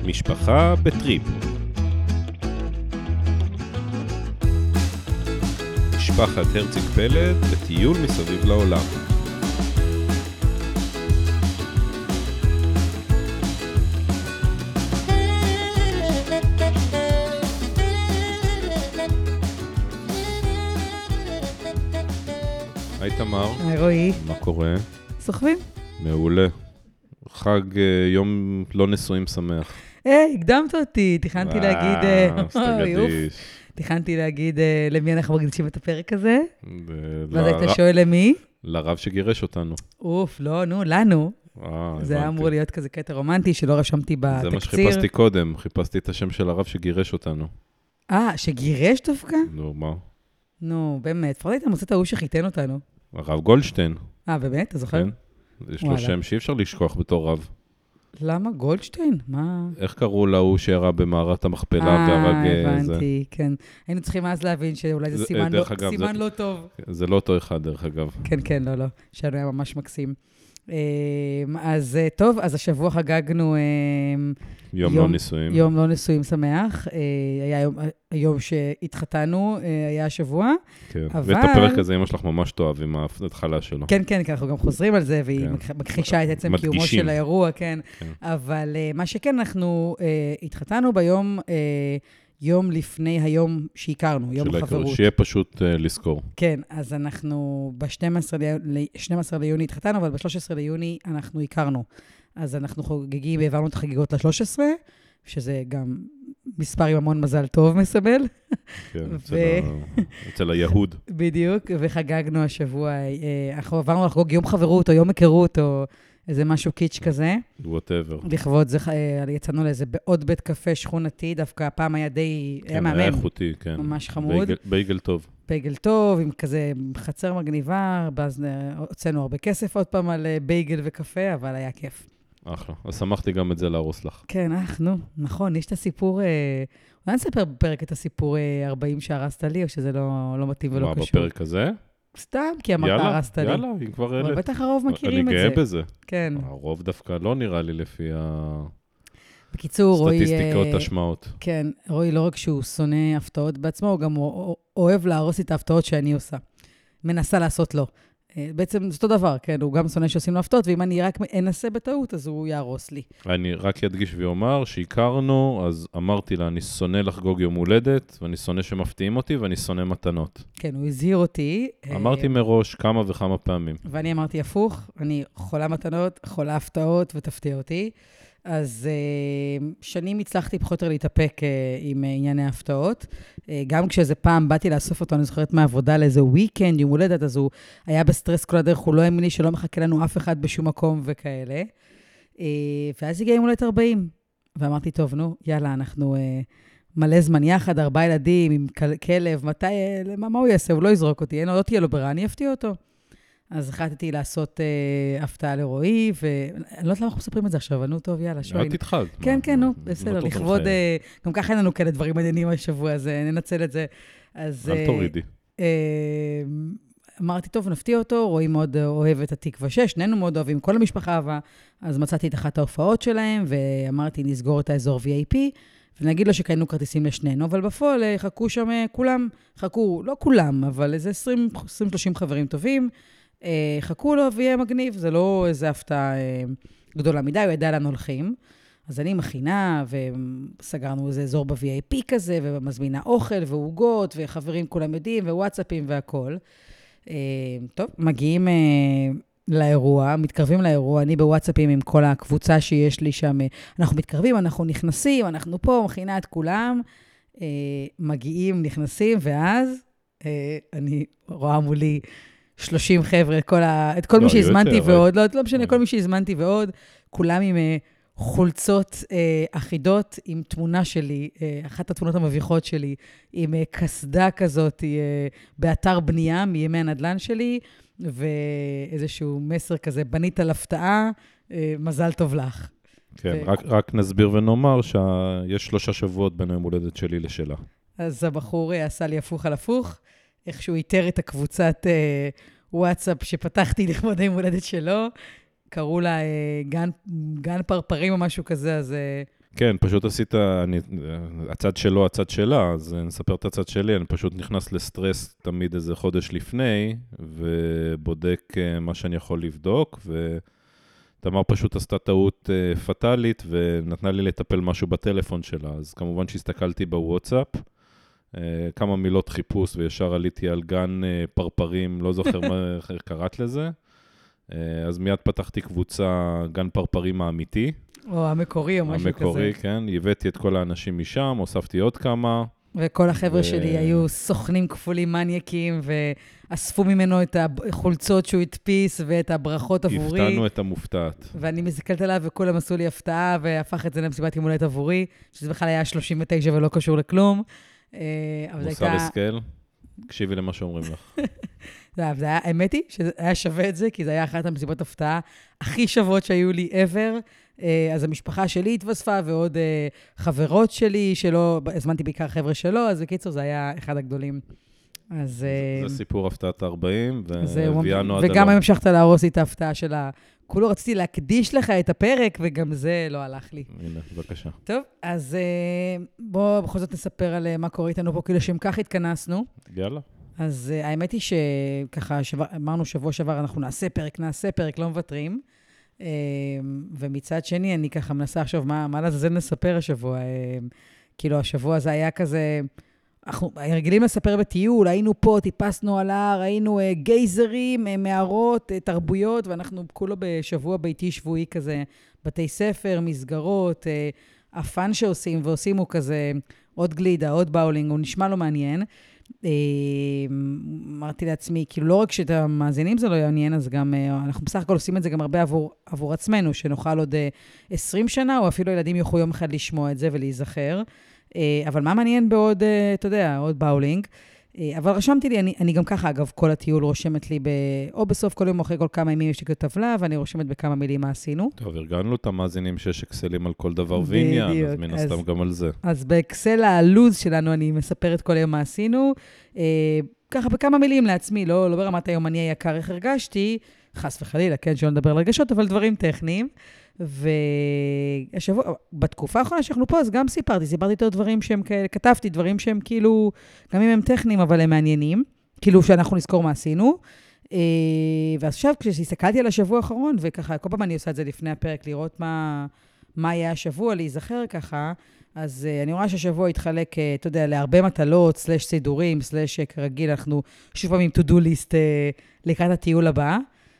משפחה בטריפ. משפחת הרציג פלד בטיול מסביב לעולם. היי תמר. היי רועי. מה קורה? סוחבים? מעולה. חג יום לא נשואים שמח. הקדמת אותי, תכננתי להגיד... סתגדיש. תכננתי להגיד למי אנחנו מרגישים את הפרק הזה. ואז היית שואל למי? לרב שגירש אותנו. אוף, לא, נו, לנו. זה היה אמור להיות כזה קטע רומנטי שלא רשמתי בתקציר. זה מה שחיפשתי קודם, חיפשתי את השם של הרב שגירש אותנו. שגירש דווקא? נו, מה? נו, באמת, פרט היית מוצא את ההוא שחיתן אותנו. הרב גולדשטיין. באמת? אתה זוכר? כן. יש לו שם שאי אפשר לשכוח בתור רב. למה? גולדשטיין? מה? איך קראו להוא שירה במערת המכפלה והרג זה? הבנתי, כן. היינו צריכים אז להבין שאולי זה סימן לא טוב. זה לא אותו אחד, דרך אגב. כן, כן, לא. שלנו היה ממש מקסים. אז טוב, אז השבוע חגגנו... יום לא נישואים. יום לא נישואים שמח. היה היום שהתחתנו, היה השבוע. כן, ואת הפרק הזה אמא שלך ממש תאהב עם ההתחלה שלו. כן, כן, אנחנו גם חוזרים על זה, והיא מכחישה את עצם קיומו של האירוע, כן. אבל מה שכן, אנחנו התחתנו ביום... יום לפני היום שהכרנו, יום החברות. שיהיה פשוט לזכור. כן, אז אנחנו ב-12 ליוני התחתנו, אבל ב-13 ליוני אנחנו הכרנו. אז אנחנו חוגגים, העברנו את החגיגות ל-13, שזה גם מספר עם המון מזל טוב מסבל. כן, אצל היהוד. בדיוק, וחגגנו השבוע, אנחנו עברנו לחגוג יום חברות או יום היכרות או... איזה משהו קיץ' כזה. whatever. לכבוד זה, יצאנו לאיזה בעוד בית קפה שכונתי, דווקא הפעם היה די, היה מהמם. היה איכותי, כן. ממש חמוד. בייגל טוב. בייגל טוב, עם כזה חצר מגניבה, ואז הוצאנו הרבה כסף עוד פעם על בייגל וקפה, אבל היה כיף. אחלה. אז שמחתי גם את זה להרוס לך. כן, נו, נכון, יש את הסיפור, אולי נספר בפרק את הסיפור 40 שהרסת לי, או שזה לא מתאים ולא קשור. מה, בפרק הזה? סתם, כי אמרת הרסת לי. יאללה, אם כבר אלה. בטח הרוב מכירים את זה. אני גאה בזה. כן. הרוב דווקא לא נראה לי לפי בקיצור, רועי... סטטיסטיקות השמעות. כן, רועי לא רק שהוא שונא הפתעות בעצמו, הוא גם אוהב להרוס את ההפתעות שאני עושה. מנסה לעשות לו. בעצם זה אותו דבר, כן, הוא גם שונא שעושים לו הפתעות, ואם אני רק אנסה בטעות, אז הוא יהרוס לי. אני רק אדגיש ואומר, שהכרנו, אז אמרתי לה, אני שונא לחגוג יום הולדת, ואני שונא שמפתיעים אותי, ואני שונא מתנות. כן, הוא הזהיר אותי. אמרתי מראש כמה וכמה פעמים. ואני אמרתי הפוך, אני חולה מתנות, חולה הפתעות, ותפתיע אותי. אז שנים הצלחתי פחות או יותר להתאפק עם ענייני ההפתעות. גם כשאיזה פעם באתי לאסוף אותו, אני זוכרת מהעבודה לאיזה וויקנד, יום הולדת, אז הוא היה בסטרס כל הדרך, הוא לא האמין לי שלא מחכה לנו אף אחד בשום מקום וכאלה. ואז הגיע יום הולדת 40, ואמרתי, טוב, נו, יאללה, אנחנו מלא זמן יחד, 4 ילדים עם כלב, מה הוא יעשה? הוא לא יזרוק אותי, לא תהיה לו ברירה, אני אפתיע אותו. אז החלטתי לעשות הפתעה לרועי, ואני לא יודעת למה אנחנו מספרים את זה עכשיו, אבל נו טוב, יאללה, שואל. אל תתחל. כן, נו, בסדר, לכבוד, גם ככה אין לנו כאלה דברים מדהימים השבוע הזה, ננצל את זה. אל תורידי. אמרתי, טוב, נפתיע אותו, רועי מאוד אוהב את התקווה 6, שנינו מאוד אוהבים, כל המשפחה אהבה, אז מצאתי את אחת ההופעות שלהם, ואמרתי, נסגור את האזור VIP, ונגיד לו שקיינו כרטיסים לשנינו, אבל בפועל חכו שם כולם, לא כולם, אבל איזה 20-30 חברים טובים, חכו לו ויהיה מגניב, זה לא איזו הפתעה גדולה מדי, הוא ידע לאן הולכים. אז אני מכינה, וסגרנו איזה אזור ב-VIP כזה, ומזמינה אוכל ועוגות, וחברים כולם יודעים, ווואטסאפים והכל. טוב, מגיעים לאירוע, מתקרבים לאירוע, אני בוואטסאפים עם כל הקבוצה שיש לי שם, אנחנו מתקרבים, אנחנו נכנסים, אנחנו פה, מכינה את כולם, מגיעים, נכנסים, ואז אני רואה מולי 30 חבר'ה, את כל מי שהזמנתי ועוד, לא משנה, כל מי שהזמנתי ועוד, כולם עם חולצות אחידות, עם תמונה שלי, אחת התמונות המביכות שלי, עם כסדה כזאת, באתר בנייה מימי הנדלן שלי, ואיזשהו מסר כזה, בנית על הפתעה, מזל טוב לך. כן, רק נסביר ונאמר שיש 3 שבועות בין היום הולדת שלי לשלה. אז הבחור עשה לי הפוך על הפוך, איכשהו איתר את הקבוצת וואטסאפ שפתחתי לכבוד היום הולדת שלו, קראו לה גן פרפרים או משהו כזה, אז כן, פשוט עשית, הצד שלו, הצד שלה, אז נספר את הצד שלי, אני פשוט נכנס לסטרס תמיד איזה חודש לפני, ובודק מה שאני יכול לבדוק, ותמר פשוט עשתה טעות פטלית, ונתנה לי לטפל משהו בטלפון שלה, אז כמובן שהסתכלתי בוואטסאפ, כמה מילות חיפוש, וישר עליתי על גן פרפרים, לא זוכר איך קראת לזה, אז מיד פתחתי קבוצה גן פרפרים האמיתי, או המקורי או משהו כזה. המקורי, כן. הבאתי את כל האנשים משם, הוספתי עוד כמה. וכל החבר'ה שלי היו סוכנים כפולים מניאקים, ואספו ממנו את החולצות שהוא הדפיס, ואת הברכות עבורי. הפתענו את המופתעת. ואני מסתכלת עליו, וכולם עשו לי הפתעה, והפך את זה למסיבת יום הולדת עבורי, שזה בכלל היה 39 ולא קשור לכלום. מוסר השכל, תקשיבי למה שאומרים לך. האמת היא שזה היה שווה את זה, כי זה היה אחת המסיבות הפתעה הכי שוות שהיו לי ever. אז המשפחה שלי התווספה, ועוד חברות שלי, שלא, הזמנתי בעיקר חבר'ה שלו, אז בקיצור, זה היה אחד הגדולים. אז... זה סיפור הפתעת 40, והביאנו עד וגם המשכת להרוס לי את ההפתעה שלה. כולו רציתי להקדיש לך את הפרק, וגם זה לא הלך לי. הנה, בבקשה. טוב, אז בואו בכל זאת נספר על מה קורה איתנו פה, כאילו שהם כך התכנסנו. יאללה. אז האמת היא שככה, אמרנו שבוע שעבר, אנחנו נעשה פרק, לא מוותרים. ומצד שני, אני ככה מנסה עכשיו, מה לזה נספר השבוע? כאילו, השבוע הזה היה כזה, אנחנו רגילים לספר בטיול, היינו פה, טיפסנו על ההר, היינו גייזרים, מערות, תרבויות, ואנחנו כולו בשבוע ביתי שבועי כזה, בתי ספר, מסגרות, הפן שעושים, ועושים הוא כזה, עוד גלידה, עוד באולינג, הוא נשמע לא מעניין. אמרתי לעצמי, כאילו לא רק שאת המאזינים זה לא יעניין, אז גם אנחנו בסך הכל עושים את זה גם הרבה עבור עצמנו, שנוכל עוד 20 שנה, או אפילו ילדים יוכלו יום אחד לשמוע את זה ולהיזכר. אבל מה מעניין בעוד, אתה יודע, עוד באולינג? אבל רשמתי לי, אני גם ככה, אגב, כל הטיול רושמת לי, או בסוף כל יום או אחרי כל כמה ימים יש לי טבלה, ואני רושמת בכמה מילים מה עשינו. טוב, ארגנו את המאזינים שיש אקסלים על כל דבר ועניין, אז מן הסתם גם על זה. אז באקסל הלוז שלנו אני מספרת כל יום מה עשינו, ככה בכמה מילים לעצמי, לא ברמת היומני היקר איך הרגשתי, חס וחלילה, כן, שלא נדבר על רגשות, אבל דברים טכניים. והשבוע, בתקופה האחרונה שאנחנו פה, אז גם סיפרתי יותר דברים שהם כאלה, כתבתי דברים שהם כאילו, גם אם הם טכניים, אבל הם מעניינים, כאילו שאנחנו נזכור מה עשינו. ועכשיו, כשהסתכלתי על השבוע האחרון, וככה, כל פעם אני עושה את זה לפני הפרק, לראות מה היה השבוע, להיזכר ככה, אז אני רואה שהשבוע התחלק, אתה יודע, להרבה מטלות, סלש סידורים, סלש כרגיל, אנחנו שוב פעם עם to-do list לקראת הטיול הבא.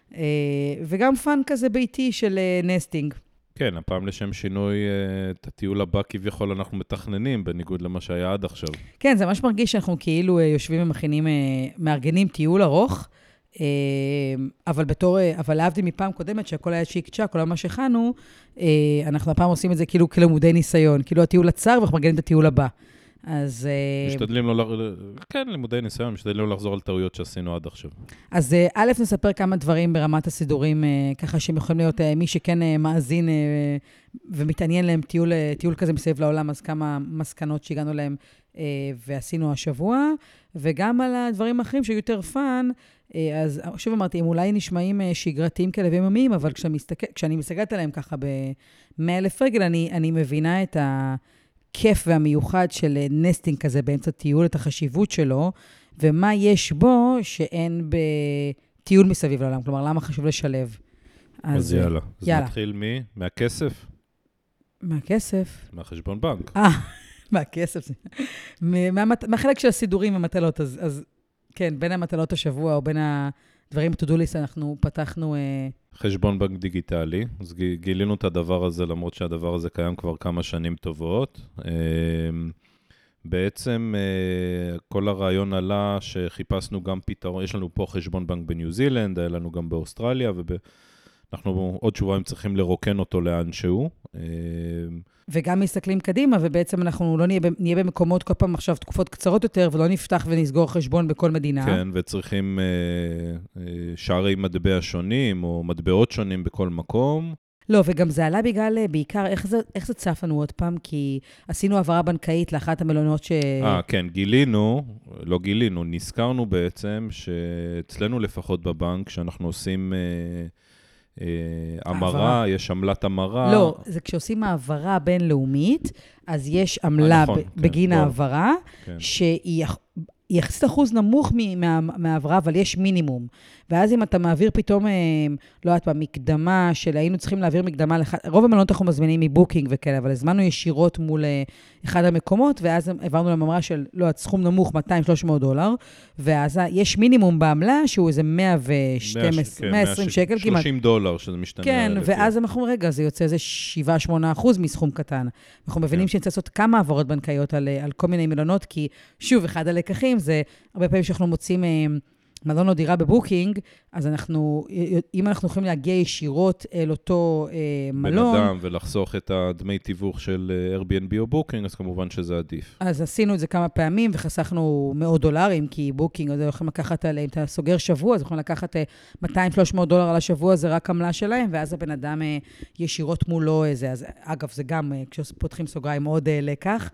וגם פן כזה ביתי של נסטינג. כן, הפעם לשם שינוי, את הטיול הבא כביכול אנחנו מתכננים, בניגוד למה שהיה עד עכשיו. כן, זה ממש מרגיש שאנחנו כאילו יושבים ומכינים, מארגנים טיול ארוך, אבל להבדיל מפעם קודמת, שהכל היה צ'יק צ'ק, כל מה שהכנו, אנחנו הפעם עושים את זה כאילו כלימודי ניסיון, כאילו הטיול הצר, ואנחנו מארגנים את הטיול הבא. אז... משתדלים כן, לימודי ניסיון, משתדלים לחזור על טעויות שעשינו עד עכשיו. אז א', נספר כמה דברים ברמת הסידורים, ככה שהם יכולים להיות מי שכן מאזין ומתעניין להם טיול כזה מסביב לעולם, אז כמה מסקנות שהגענו להם ועשינו השבוע, וגם על הדברים האחרים שהיו יותר פן, אז שוב אמרתי, הם אולי נשמעים שגרתיים כאלה ויממיים, אבל כשאני מסתכלת עליהם ככה ב100,000 רגל, אני מבינה את הכיף והמיוחד של נסטינג כזה באמצע טיול, את החשיבות שלו, ומה יש בו שאין בטיול מסביב לעולם. כלומר, למה חשוב לשלב? אז יאללה. אז נתחיל מהכסף? מהכסף? מהחשבון בנק. מהכסף. מהחלק של הסידורים ומטלות. אז כן, בין המטלות השבוע או בין הדברים בטודוליסט, אנחנו פתחנו... חשבון בנק דיגיטלי. אז גילינו את הדבר הזה, למרות שהדבר הזה קיים כבר כמה שנים טובות. בעצם כל הרעיון עלה שחיפשנו גם פתרון, יש לנו פה חשבון בנק בניו זילנד, היה לנו גם באוסטרליה, ואנחנו עוד שבועיים צריכים לרוקן אותו לאן שהוא. וגם מסתכלים קדימה, ובעצם אנחנו לא נהיה במקומות כל פעם עכשיו תקופות קצרות יותר, ולא נפתח ונסגור חשבון בכל מדינה. כן, וצריכים שערי מטבע שונים, או מטבעות שונים בכל מקום. לא, וגם זה עלה בגלל, בעיקר, איך זה צף לנו עוד פעם? כי עשינו העברה בנקאית לאחת המלונות כן, נזכרנו בעצם שאצלנו לפחות בבנק, שאנחנו עושים המרה, יש עמלת המרה. לא, זה כשעושים העברה בינלאומית, אז יש עמלה בגין העברה, שהיא יחסית אחוז נמוך מהעברה, אבל יש מינימום. ואז אם אתה מעביר פתאום, לא יודעת, במקדמה של היינו צריכים להעביר מקדמה, רוב המלונות אנחנו מזמינים מבוקינג וכאלה, אבל הזמנו ישירות מול אחד המקומות, ואז העברנו להם אמרה של, לא, סכום נמוך, $200-300, ואז יש מינימום בעמלה, שהוא איזה 120 שקל כמעט. $30 שזה משתנה. כן, ואז אנחנו, רגע, זה יוצא איזה 7-8% מסכום קטן. אנחנו מבינים שצריך לעשות כמה העברות בנקאיות על כל מיני מלונות, כי שוב, אחד הלקחים זה, הרבה פעמים שאנחנו מוצאים מלון או דירה בבוקינג, אז אם אנחנו יכולים להגיע ישירות אל אותו מלון... בן אדם ולחסוך את הדמי תיווך של Airbnb או בוקינג, אז כמובן שזה עדיף. אז עשינו את זה כמה פעמים וחסכנו $100, כי בוקינג, אז יכולים לקחת עליהם, אתה סוגר שבוע, אז יכולים לקחת $200-300 על השבוע, זה רק עמלה שלהם, ואז הבן אדם ישירות מולו איזה. אז אגב, זה גם, כשפותחים סוגריים עוד לקח,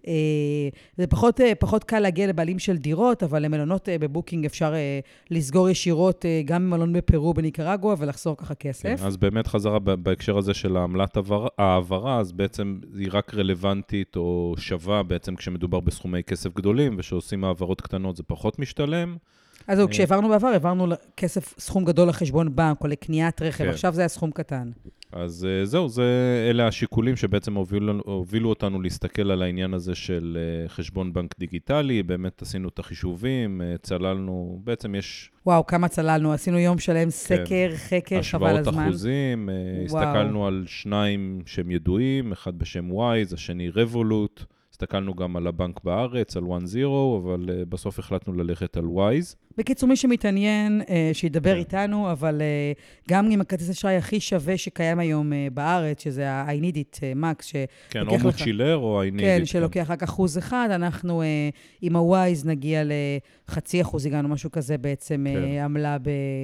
זה פחות קל להגיע לבעלים של דירות, אבל למלונות בבוקינג אפשר לסגור ישירות גם במלון בפרו בניקרגואה ולחסור ככה כסף. כן, אז באמת חזרה בהקשר הזה של העמלת העברה, אז בעצם היא רק רלוונטית או שווה בעצם כשמדובר בסכומי כסף גדולים, ושעושים העברות קטנות זה פחות משתלם. אז כשעברנו בעבר, העברנו כסף, סכום גדול לחשבון בנק או לקניית רכב, עכשיו זה היה סכום קטן. אז זהו, אלה השיקולים שבעצם הובילו אותנו להסתכל על העניין הזה של חשבון בנק דיגיטלי, באמת עשינו את החישובים, צללנו, בעצם יש... וואו, כמה צללנו, עשינו יום שלם סקר, חקר, חבל הזמן. השוואות אחוזים, הסתכלנו על שניים שהם ידועים, אחד בשם וויז, השני רבולוט, הסתכלנו גם על הבנק בארץ, על 1-0, אבל בסוף החלטנו ללכת על וויז. בקיצור, מי שמתעניין, שידבר איתנו, אבל גם עם הכרטיס אשראי הכי שווה שקיים היום בארץ, שזה ה-I need it, Max, כן, או מוצ'ילר או I need it. כן, שלוקח רק 1%, אנחנו עם ה-Wise נגיע ל0.5%, הגענו משהו כזה בעצם עמלה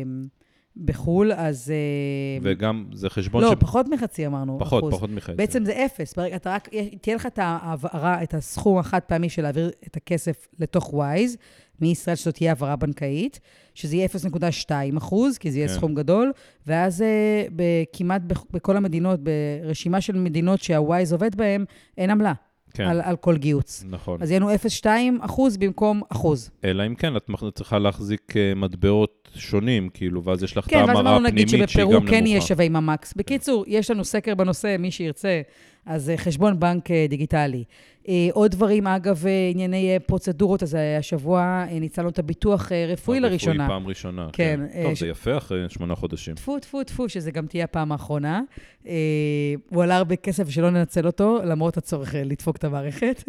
בחול, אז... וגם זה חשבון לא, פחות מחצי אמרנו. פחות מחצי. בעצם זה 0. אתה רק, תהיה לך את העברה, את הסכום החד פעמי של להעביר את הכסף לתוך וויז, מישראל שזאת תהיה העברה בנקאית, שזה יהיה 0.2%, כי זה יהיה סכום גדול, ואז כמעט בכל המדינות, ברשימה של מדינות שהוויז עובד בהן, אין עמלה. על כל גיוץ. נכון. אז יהינו 0.2% במקום 1%. אלא אם כן, את צריכה להחזיק מטבעות שונים, כאילו, ואז יש לך את ההמרה הפנימית שהיא גם נמוכה. כן, ואז אמרנו נגיד שבפירו כן יהיה שווה עם המקס. בקיצור, יש לנו סקר בנושא, מי שירצה, אז חשבון בנק דיגיטלי. עוד דברים, אגב, ענייני פרוצדורות, אז השבוע ניצלנו את הביטוח רפואי לראשונה. רפואי פעם ראשונה, כן. טוב, זה יפה אחרי 8 חודשים. טפו, שזה גם תהיה הפעם האחרונה. הוא עלה הרבה כסף שלא ננצל אותו, למרות הצורך לדפוק את המערכת.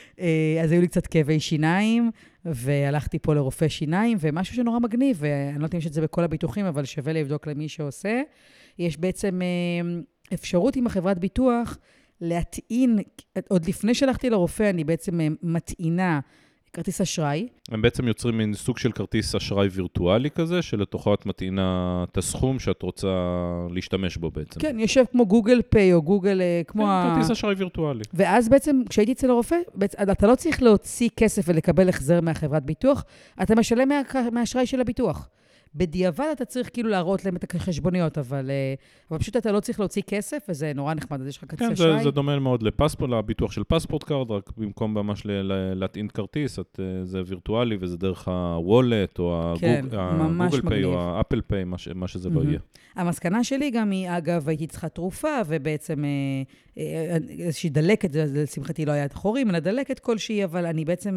אז היו לי קצת כאבי שיניים, והלכתי פה לרופא שיניים, ומשהו שנורא מגניב, ואני לא יודעת אם יש את זה בכל הביטוחים, אבל שווה לבדוק למי שעושה. יש בעצם אפשרות עם החברת ביטוח, להטעין, עוד לפני שהלכתי לרופא, אני בעצם מטעינה כרטיס אשראי. הם בעצם יוצרים מין סוג של כרטיס אשראי וירטואלי כזה, שלתוכו את מטעינה את הסכום שאת רוצה להשתמש בו בעצם. כן, יושב כמו גוגל פיי או גוגל, כמו כרטיס אשראי וירטואלי. ואז בעצם, כשהייתי אצל הרופא, אתה לא צריך להוציא כסף ולקבל החזר מהחברת ביטוח, אתה משלם מהאשראי של הביטוח. בדיעבד אתה צריך כאילו להראות להם את החשבוניות, אבל פשוט אתה לא צריך להוציא כסף, וזה נורא נחמד, אז יש לך כרטיס אשראי. כן, זה דומה מאוד לביטוח של פספורט קארד, רק במקום ממש להטעין כרטיס, זה וירטואלי, וזה דרך הוולט, או הגוגל פיי, או האפל פיי, מה שזה לא יהיה. המסקנה שלי גם היא, אגב, הייתי צריכה תרופה, ובעצם איזושהי דלקת, לשמחתי לא היה חורים, אלא דלקת כלשהי, אבל אני בעצם...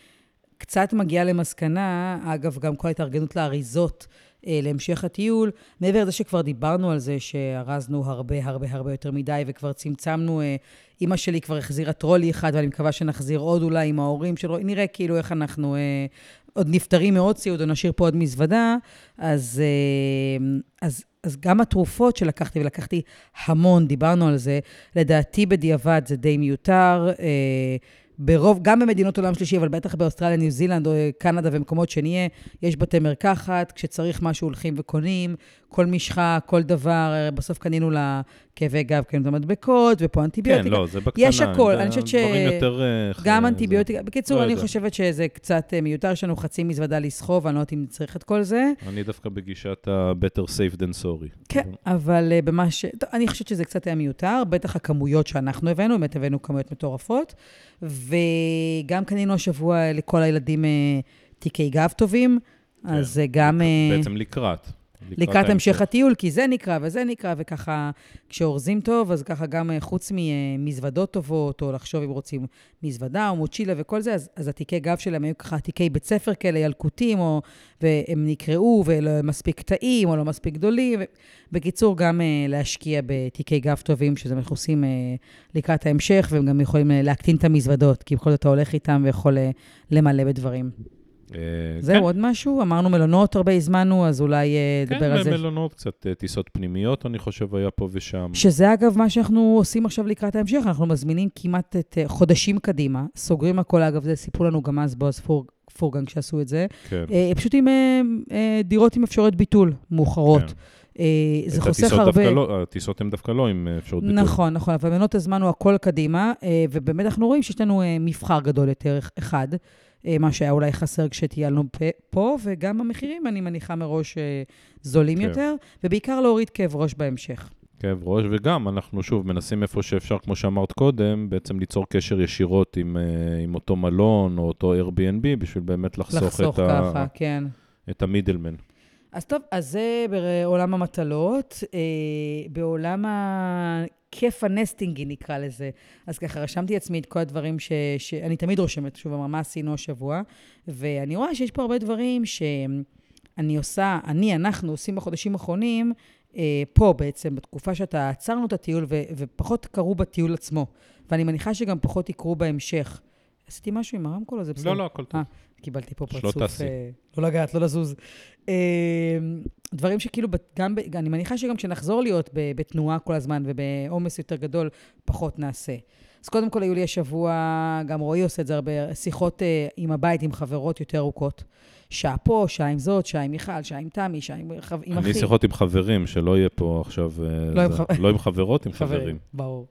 קצת מגיעה למסקנה, אגב, גם כל התארגנות לאריזות להמשך הטיול, מעבר לזה שכבר דיברנו על זה, שארזנו הרבה יותר מדי, וכבר צמצמנו, אמא שלי כבר החזירה טרולי אחד, ואני מקווה שנחזיר עוד אולי עם ההורים שלו, נראה כאילו איך אנחנו עוד נפטרים מאוד ציוד, או נשאיר פה עוד מזוודה, אז גם התרופות שלקחתי, ולקחתי המון, דיברנו על זה, לדעתי בדיעבד זה די מיותר, ברוב, גם במדינות עולם שלישי, אבל בטח באוסטרליה, ניו זילנד או קנדה ומקומות שנהיה, יש בתי מרקחת, כשצריך משהו הולכים וקונים, כל משחה, כל דבר, בסוף קנינו לכאבי גב, קנינו את המדבקות, ופה אנטיביוטיקה. כן, לא, זה בקטנה. יש הכל, אני חושבת דברים יותר... גם אנטיביוטיקה. בקיצור, לא אני יודע. חושבת שזה קצת מיותר, יש לנו חצי מזוודה לסחוב, אני לא יודעת אם צריך את כל זה. אני דווקא בגישת ה-better safe than sorry. כן, אבל טוב, אני חושבת שזה קצת היה מיותר, בטח הכמויות שאנחנו הבאנו, באמת הבאנו כמויות מטורפות, וגם קנינו השבוע לכל הילדים תיקי גב טובים, אז גם... בעצם לקראת המשך הטיול, כי זה נקרא וזה נקרא, וככה כשאורזים טוב, אז ככה גם חוץ ממזוודות טובות, או לחשוב אם רוצים מזוודה או מוצ'ילה וכל זה, אז התיקי גב שלהם היו ככה תיקי בית ספר כאלה, ילקוטים, והם נקראו ולא מספיק קטעים, או לא מספיק גדולים. בקיצור, גם להשקיע בתיקי גב טובים, שזה מכוסים לקראת ההמשך, והם גם יכולים להקטין את המזוודות, כי בכל זאת אתה הולך איתם ויכול למלא בדברים. זהו, עוד משהו? אמרנו מלונות הרבה הזמנו, אז אולי נדבר על זה. כן, מלונות, קצת טיסות פנימיות, אני חושב, היה פה ושם. שזה אגב מה שאנחנו עושים עכשיו לקראת ההמשך, אנחנו מזמינים כמעט את חודשים קדימה, סוגרים הכל, אגב, זה סיפרו לנו גם אז בועז פורגן כשעשו את זה, פשוט עם דירות עם אפשרויות ביטול מאוחרות. זה חוסך הרבה... הטיסות הן דווקא לא עם אפשרות ביטול. נכון, נכון, אבל מלונות הזמנו הכל קדימה, ובאמת אנחנו רואים שיש לנו מבחר גדול יותר אחד, מה שהיה אולי חסר כשטיילנו פה, וגם המחירים, אני מניחה מראש זולים יותר, ובעיקר להוריד כאב ראש בהמשך. כאב ראש, וגם אנחנו שוב מנסים איפה שאפשר, כמו שאמרת קודם, בעצם ליצור קשר ישירות עם אותו מלון, או אותו Airbnb, בשביל באמת לחסוך ככה, כן. את המידלמן. אז טוב, אז זה בעולם המטלות, בעולם כיף הנסטינגי נקרא לזה. אז ככה רשמתי עצמי את כל הדברים שאני תמיד רושמת, שוב, מה עשינו השבוע, ואני רואה שיש פה הרבה דברים שאני עושה, אנחנו עושים בחודשים האחרונים, פה בעצם, בתקופה שאתה עצרנו את הטיול, ופחות קרו בטיול עצמו, ואני מניחה שגם פחות יקרו בהמשך. עשיתי משהו עם הרמקול הזה? לא, לא, הכל טוב. קיבלתי פה פרצוף, שלא תעשי. לא לגעת, לא לזוז. דברים שכאילו, אני מניחה שגם כשנחזור להיות בתנועה כל הזמן, ובעומס יותר גדול, פחות נעשה. אז קודם כל, היו לי השבוע, גם רועי עושה את זה הרבה, שיחות עם הבית, עם חברות יותר ארוכות. שעה פה, שעה עם זאת, שעה עם מיכל, שעה עם תמי, שעה עם אחי. אני שיחות עם חברים, שלא יהיה פה עכשיו, לא עם חברות, עם חברים. ברור.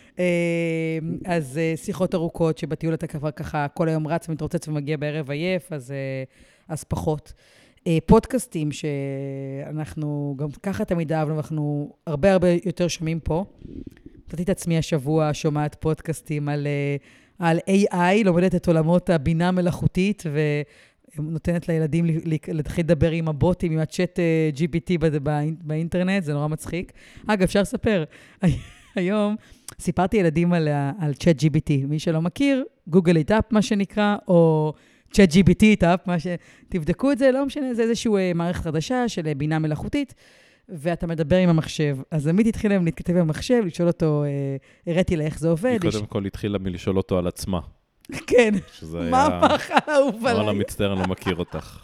אז שיחות ארוכות, שבטיול אתה כבר ככה כל היום רץ ומתרוצץ ומגיע בערב עייף, אז פחות. פודקאסטים שאנחנו גם ככה תמיד אהבנו, ואנחנו הרבה יותר שומעים פה. פתחתי את עצמי השבוע, שומעת פודקאסטים על AI, לומדת את עולמות הבינה מלאכותית, ונותנת לילדים להתחיל לדבר עם הבוטים, עם הצ'אט GPT באינטרנט, זה נורא מצחיק. אגב, אפשר לספר, היום סיפרתי ילדים על צ'אט GPT, מי שלא מכיר, גוגל איט-אפ מה שנקרא, או צ'אט GPT איט-אפ, תבדקו את זה, לא משנה, זה איזשהו מערכת חדשה של בינה מלאכותית, ואתה מדבר עם המחשב. אז עמית התחילה להתכתב עם המחשב, לשאול אותו, הראיתי לה איך זה עובד. היא קודם כל התחילה מלשאול אותו על עצמה. כן, מה הפח האהוב עליי? אמר לה, מצטער, אני לא מכיר אותך.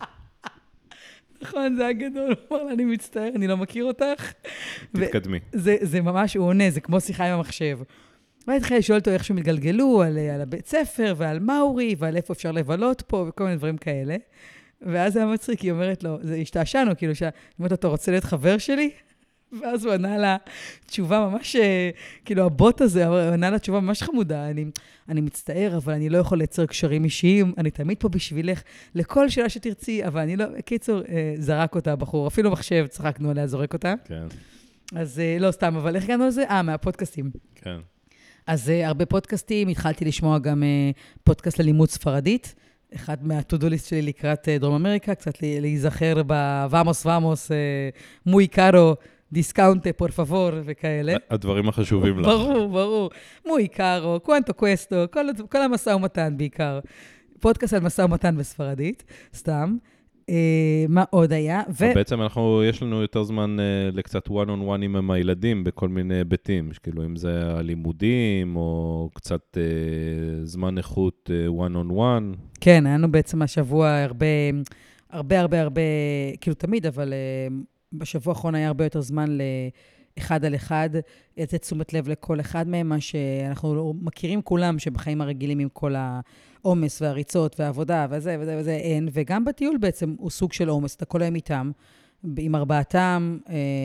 נכון, זה הגדול, הוא אמר לה, אני מצטער, אני לא מכיר אותך. תתקדמי. זה ממש, הוא עונה, זה כמו שיחה עם המחשב. ואני התחילה לשאול אותו איך שהם התגלגלו על הבית ספר ועל מאורי ועל איפה אפשר לבלות פה וכל מיני דברים כאלה. ואז זה היה מצחיק, היא אומרת לו, זה השתעשענו, כאילו, שאומרת, אתה רוצה להיות חבר שלי? ואז הוא ענה לה תשובה ממש, כאילו, הבוט הזה, הוא ענה לה תשובה ממש חמודה, אני מצטער, אבל אני לא יכול לייצר קשרים אישיים, אני תמיד פה בשבילך, לכל שאלה שתרצי, אבל אני לא, קיצור, זרק אותה הבחור, אפילו מחשב, צחקנו עליה, זורק אותה. כן. אז לא סתם, אבל איך הגענו לזה? מהפודקאסטים. כן. אז הרבה פודקאסטים, התחלתי לשמוע גם פודקאסט ללימוד ספרדית, אחד מהטודוליסט שלי לקראת דרום אמריקה, קצת להיזכר בוואמוס, מוי קארו, דיסקאונטה, פור פבור וכאלה. הדברים החשובים לך. ברור. מוי קארו, קוונטו קווסטו, כל המשא ומתן בעיקר. פודקאסט על משא ומתן בספרדית, סתם. מה עוד היה? בעצם יש לנו יותר זמן לקצת one on one עם הילדים בכל מיני היבטים, כאילו אם זה הלימודים או קצת זמן איכות one on one. כן, היה לנו בעצם השבוע הרבה, כאילו תמיד, אבל בשבוע האחרון היה הרבה יותר זמן אחד על אחד, לתת תשומת לב לכל אחד מהם, מה שאנחנו מכירים כולם שבחיים הרגילים עם כל העומס והריצות והעבודה וזה וזה וזה אין, וגם בטיול בעצם הוא סוג של עומס, אתה כל היום איתם, עם ארבעתם,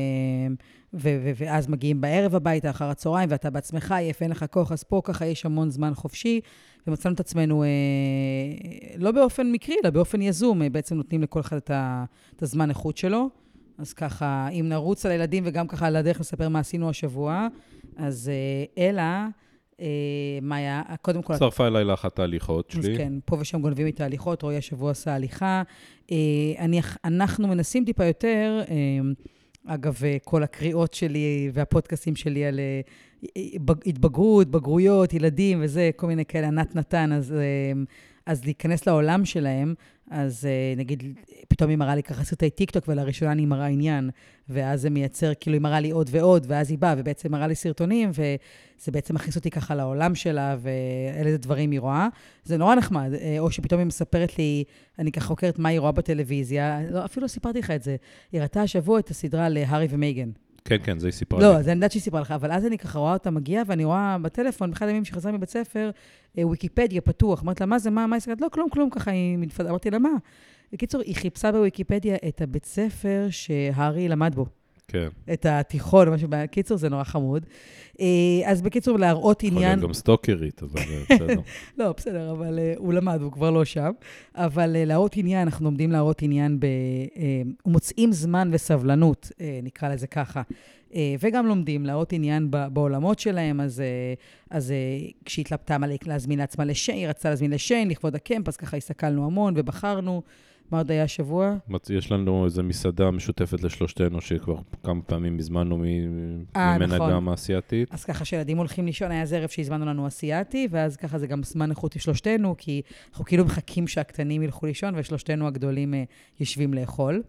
ואז מגיעים בערב הביתה, אחר הצהריים, ואתה בעצמך עייף, אין לך כוח, אז פה ככה יש המון זמן חופשי, ומצאנו את עצמנו לא באופן מקרי, אלא באופן יזום, בעצם נותנים לכל אחד את הזמן איכות שלו. אז ככה, אם נרוץ על הילדים וגם ככה על הדרך לספר מה עשינו השבוע, אז אלה, מה היה? קודם כל... צרפה אליי לאחת ההליכות שלי. אז כן, פה ושם גונבים את ההליכות, רואי השבוע עשה הליכה. אנחנו מנסים טיפה יותר, אגב, כל הקריאות שלי והפודקאסים שלי על התבגרות, בגרויות, ילדים וזה, כל מיני כאלה, ענת נתן, אז להיכנס לעולם שלהם, אז נגיד, פתאום היא מראה לי ככה סרטי טיקטוק, ולראשונה אני מראה עניין, ואז זה מייצר, כאילו היא מראה לי עוד ועוד, ואז היא באה, ובעצם מראה לי סרטונים, וזה בעצם מכניס אותי ככה לעולם שלה, ואלה דברים היא רואה. זה נורא נחמד, או שפתאום היא מספרת לי, אני ככה חוקרת מה היא רואה בטלוויזיה, לא, אפילו לא סיפרתי לך את זה, היא ראתה השבוע את הסדרה להארי ומייגן. כן, כן, זה היא סיפרה לי. לא, אז אני יודעת שהיא סיפרה לך, אבל אז אני ככה רואה אותה מגיעה, ואני רואה בטלפון, באחד הימים שחזרה מבית ספר, וויקיפדיה פתוח. אמרת לה, מה זה, מה היא סגרת? לא, כלום, ככה היא מתפתחת. אמרתי לה, מה? בקיצור, היא חיפשה בוויקיפדיה את הבית ספר שהארי למד בו. כן. את התיכון, משהו, בקיצור, זה נורא חמוד. אז בקיצור, להראות עניין... יכול להיות גם סטוקרית, אבל בסדר. לא, בסדר, אבל הוא למד, הוא כבר לא שם. אבל להראות עניין, אנחנו עומדים להראות עניין מוצאים זמן וסבלנות, נקרא לזה ככה. וגם לומדים להראות עניין בעולמות שלהם, אז כשהתלבטה להזמין לעצמה לשיין, היא רצתה להזמין לשיין, לכבוד הקמפ, אז ככה הסתכלנו המון ובחרנו. מה עוד היה השבוע? יש לנו איזו מסעדה משותפת לשלושתנו, שכבר כמה פעמים הזמנו ממנה גם האסייתית. אז ככה שילדים הולכים לישון, היה זה ערב שהזמנו לנו אסייתי, ואז ככה זה גם זמן איכות שלושתנו, כי אנחנו כאילו מחכים שהקטנים ילכו לישון, ושלושתנו הגדולים יושבים לאכול.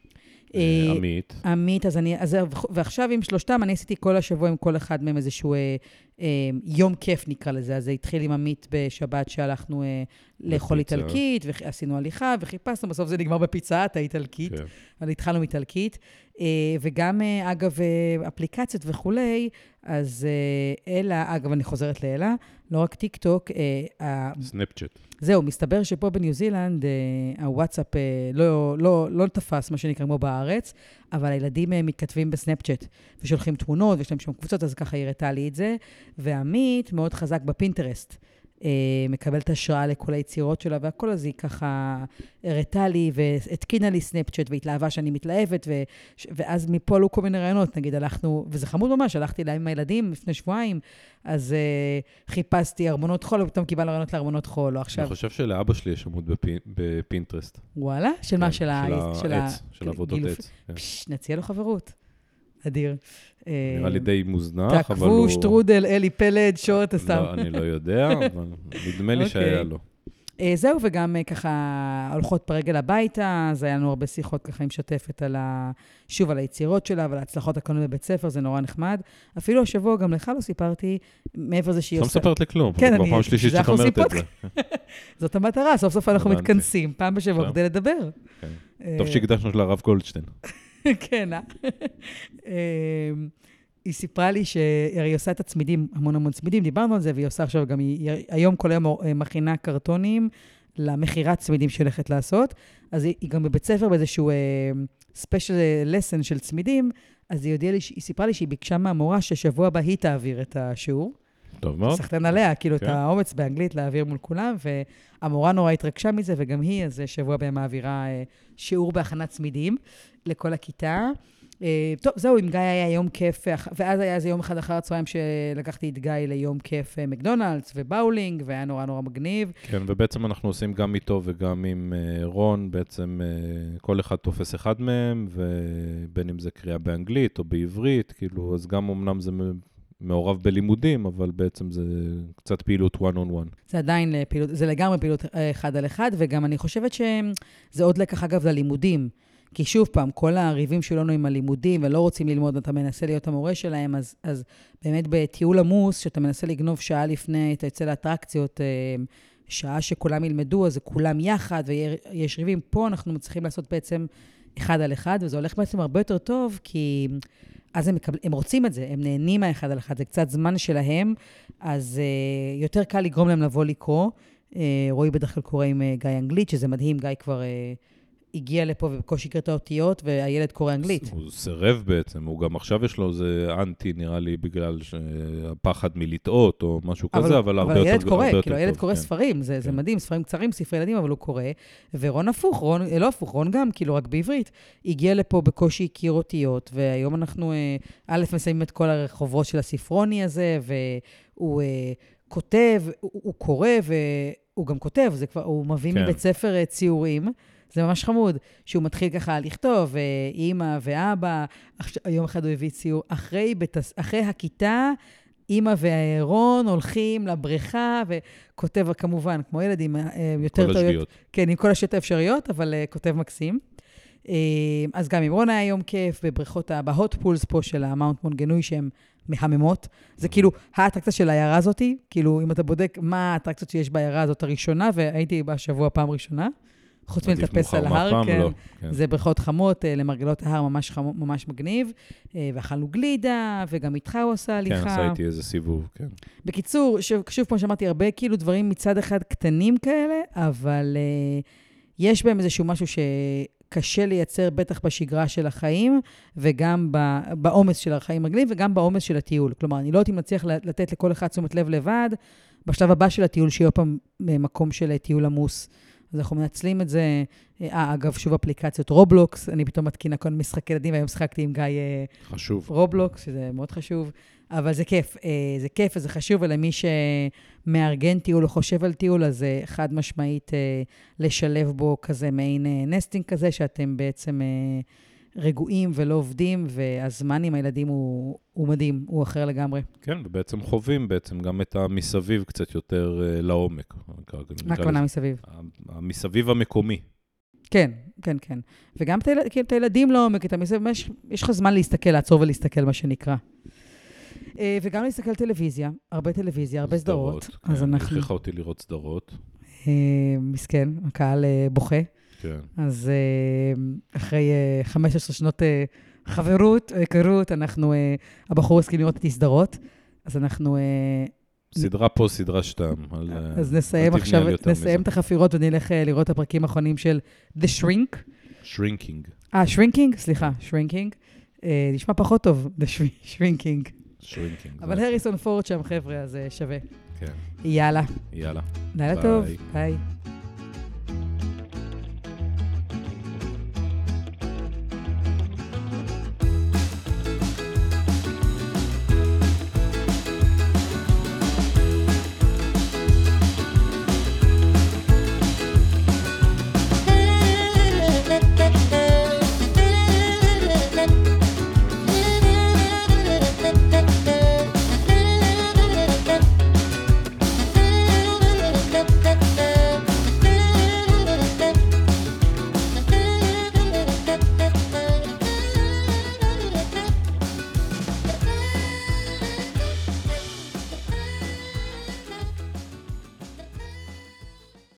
עמית, ועכשיו עם שלושתם, אני עשיתי כל השבוע עם כל אחד מהם איזשהו יום כיף נקרא לזה, אז זה התחיל עם עמית בשבת שהלכנו לאכול איטלקית, ועשינו הליכה וחיפשנו, בסוף זה נגמר בפיצת האיטלקית, אבל התחלנו מאיטלקית, וגם אגב אפליקציות וכולי, אז אלה, אגב אני חוזרת לאלה, לא רק טיק טוק, סנאפצ'אט. זהו, מסתבר שפה בניו זילנד, הוואטסאפ לא תפס, מה שנקרא כמו בארץ, אבל הילדים מתכתבים בסנאפצ'אט, ושולחים תמונות, ויש להם שם קבוצות, אז ככה הראתה לי את זה, ועמית מאוד חזק בפינטרסט, מקבלת השראה לכל היצירות שלה, והכל הזה היא ככה הראתה לי, והתקינה לי סנאפצ'אט, והתלהבה שאני מתלהבת, ואז מפה עלו כל מיני רעיונות, נגיד הלכנו, וזה חמוד ממש, הלכתי להם עם הילדים לפני שבועיים, אז חיפשתי ארמונות חול, ופתאום קיבלנו רעיונות לארמונות חול, או עכשיו... אני חושב שלאבא שלי יש עמוד בפינטרסט. וואלה? של מה? של העץ, של עבודות עץ. נציע לו חברות. אדיר. נראה לי די מוזנח, אבל הוא... תעקבו, שטרודל, אלי פלד, שוט, סתם. לא, אני לא יודע, אבל נדמה לי שהיה לו. זהו, וגם ככה הולכות ברגל הביתה, אז היה לנו הרבה שיחות ככה עם שתפת שוב על היצירות שלה, ועל ההצלחות הקנות בבית ספר, זה נורא נחמד. אפילו השבוע גם לך לא סיפרתי, מעבר זה שהיא עושה... לא מספרת לכלום, כן, כבר פעם שלישית שאת אומרת את זה. זאת המטרה, סוף סוף אנחנו מתכנסים, פעם בשבוע כדי לדבר. טוב שהקדשנו לרב גולדשטיין. כן, היא סיפרה לי שהיא עושה את הצמידים, המון צמידים, דיברנו על זה, והיא עושה עכשיו גם, היום כל היום מכינה קרטונים למחירת צמידים שהיא הולכת לעשות, אז היא גם בבית ספר באיזשהו ספיישל לסן של צמידים, אז היא סיפרה לי שהיא ביקשה מהמורה ששבוע הבא היא תעביר את השיעור. טוב מאוד. שחתן עליה, כאילו את האומץ באנגלית להעביר מול כולם, והמורה נורא התרגשה מזה, וגם היא, אז שבוע הבא מעבירה שיעור בהכנת צמידים לכל הכיתה. טוב, זהו, עם גיא היה יום כיף, ואז היה איזה יום אחד אחר הצהריים שלקחתי את גיא ליום כיף מקדונלדס ובאולינג, והיה נורא מגניב. כן, ובעצם אנחנו עושים גם איתו וגם עם רון, בעצם כל אחד תופס אחד מהם, ובין אם זה קריאה באנגלית או בעברית, כאילו, אז גם אמנם זה מעורב בלימודים, אבל בעצם זה קצת פעילות one on one. זה עדיין פעילות, זה לגמרי פעילות אחד על אחד, וגם אני חושבת שזה עוד לקח אגב ללימודים, כי שוב פעם, כל הריבים שלנו עם הלימודים, ולא רוצים ללמוד, אתה מנסה להיות המורה שלהם, אז באמת בטיול עמוס, שאתה מנסה לגנוב שעה לפני, אתה יוצא לאטרקציות, שעה שכולם ילמדו, אז כולם יחד, ויש ריבים. פה אנחנו מצליחים לעשות בעצם אחד על אחד, וזה הולך בעצם הרבה יותר טוב, כי אז הם רוצים את זה, הם נהנים מהאחד על אחד, זה קצת זמן שלהם, אז יותר קל לגרום להם לבוא לקרוא. רועי בדרך כלל קורא עם גיא אנגלית, שזה מדהים, גיא כבר הגיע לפה ובקושי קרא את האותיות, והילד קורא אנגלית. הוא סירב בעצם, הוא גם עכשיו יש לו איזה אנטי, נראה לי, בגלל הפחד מלטעות או משהו כזה, אבל הרבה יותר טוב. אבל הילד קורא, כאילו הילד קורא ספרים, זה מדהים, ספרים קצרים, ספרי ילדים, אבל הוא קורא, ורון הפוך, לא הפוך, רון גם, כאילו רק בעברית, הגיע לפה בקושי הכיר אותיות, והיום אנחנו, א', מסיימים את כל הרחובות של הספרוני הזה, והוא כותב, הוא קורא, והוא גם כותב, הוא מביא מבית ספר ציורים, זה ממש חמוד, שהוא מתחיל ככה לכתוב, אמא ואבא, יום אחד הוא הביא ציור, אחרי הכיתה, אמא והארון הולכים לבריכה, וכותב כמובן, כמו ילדים, יותר טעויות. כן, עם כל השעות האפשריות, אבל כותב מקסים. אז גם עם רון היה יום כיף, בבריכות, בהוט פולס פה של המאונט מונגנוי, שהן מהממות. זה כאילו האטרקציה של העיירה הזאת, כאילו אם אתה בודק מה האטרקציות שיש בעיירה הזאת הראשונה, והייתי בשבוע פעם ראשונה, חוץ מלטפס על ההר, כן. זה בריכות חמות, למרגלות ההר ממש מגניב, ואכלנו גלידה, וגם איתך הוא עשה הליכה. כן, עשיתי איזה סיבוב, כן. בקיצור, שוב כמו שאמרתי, הרבה כאילו דברים מצד אחד קטנים כאלה, אבל יש בהם איזשהו משהו שקשה לייצר בטח בשגרה של החיים, וגם בעומס של החיים מגניב, וגם בעומס של הטיול. כלומר, אני לא יודעת אם נצליח לתת לכל אחד תשומת לב לבד, בשלב הבא של הטיול, שיהיה פעם מקום של טיול עמוס. אז אנחנו מנצלים את זה, אגב, שוב אפליקציות רובלוקס, אני פתאום מתקינה כל משחק ילדים, והיום שחקתי עם גיא רובלוקס, שזה מאוד חשוב, אבל זה כיף, וזה חשוב, ולמי שמארגן טיול או חושב על טיול, אז חד משמעית לשלב בו כזה מעין נסטינג כזה, שאתם בעצם רגועים ולא עובדים, והזמן עם הילדים הוא מדהים, הוא אחר לגמרי. כן, ובעצם חווים בעצם גם את המסביב קצת יותר לעומק. מה הכוונה מסביב? המסביב המקומי. כן, כן, כן. וגם את הילדים לעומק, את המסביב, יש לך זמן להסתכל, לעצור ולהסתכל, מה שנקרא. וגם להסתכל טלוויזיה, הרבה טלוויזיה, הרבה סדרות. אז אנחנו... הכריחה אותי לראות סדרות. מסכן, הקהל בוכה. כן. אז אחרי 15 שנות חברות, היכרות, אנחנו, הבחור הסכים לראות את סדרות, אז אנחנו... סדרה פה, סדרה שתם. אז נסיים עכשיו, נסיים את החפירות ונלך לראות את הפרקים האחרונים של The Shrink. Shrinking. Shrinking? סליחה, Shrinking. נשמע פחות טוב, The Shrinking. Shrinking. אבל הריסון פורד שם, חבר'ה, אז שווה. כן. יאללה. יאללה. לילה טוב. ביי.